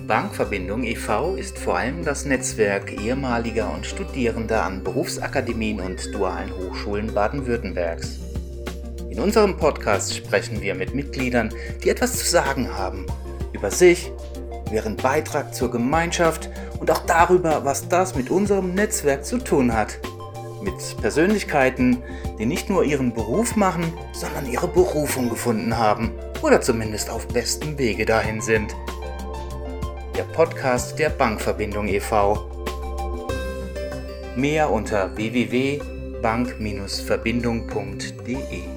Bankverbindung e.V. ist vor allem das Netzwerk ehemaliger und Studierender an Berufsakademien und dualen Hochschulen Baden-Württembergs. In unserem Podcast sprechen wir mit Mitgliedern, die etwas zu sagen haben, über sich, über ihren Beitrag zur Gemeinschaft und auch darüber, was das mit unserem Netzwerk zu tun hat. Mit Persönlichkeiten, die nicht nur ihren Beruf machen, sondern ihre Berufung gefunden haben oder zumindest auf bestem Wege dahin sind. Der Podcast der Bankverbindung e.V. Mehr unter www.bank-verbindung.de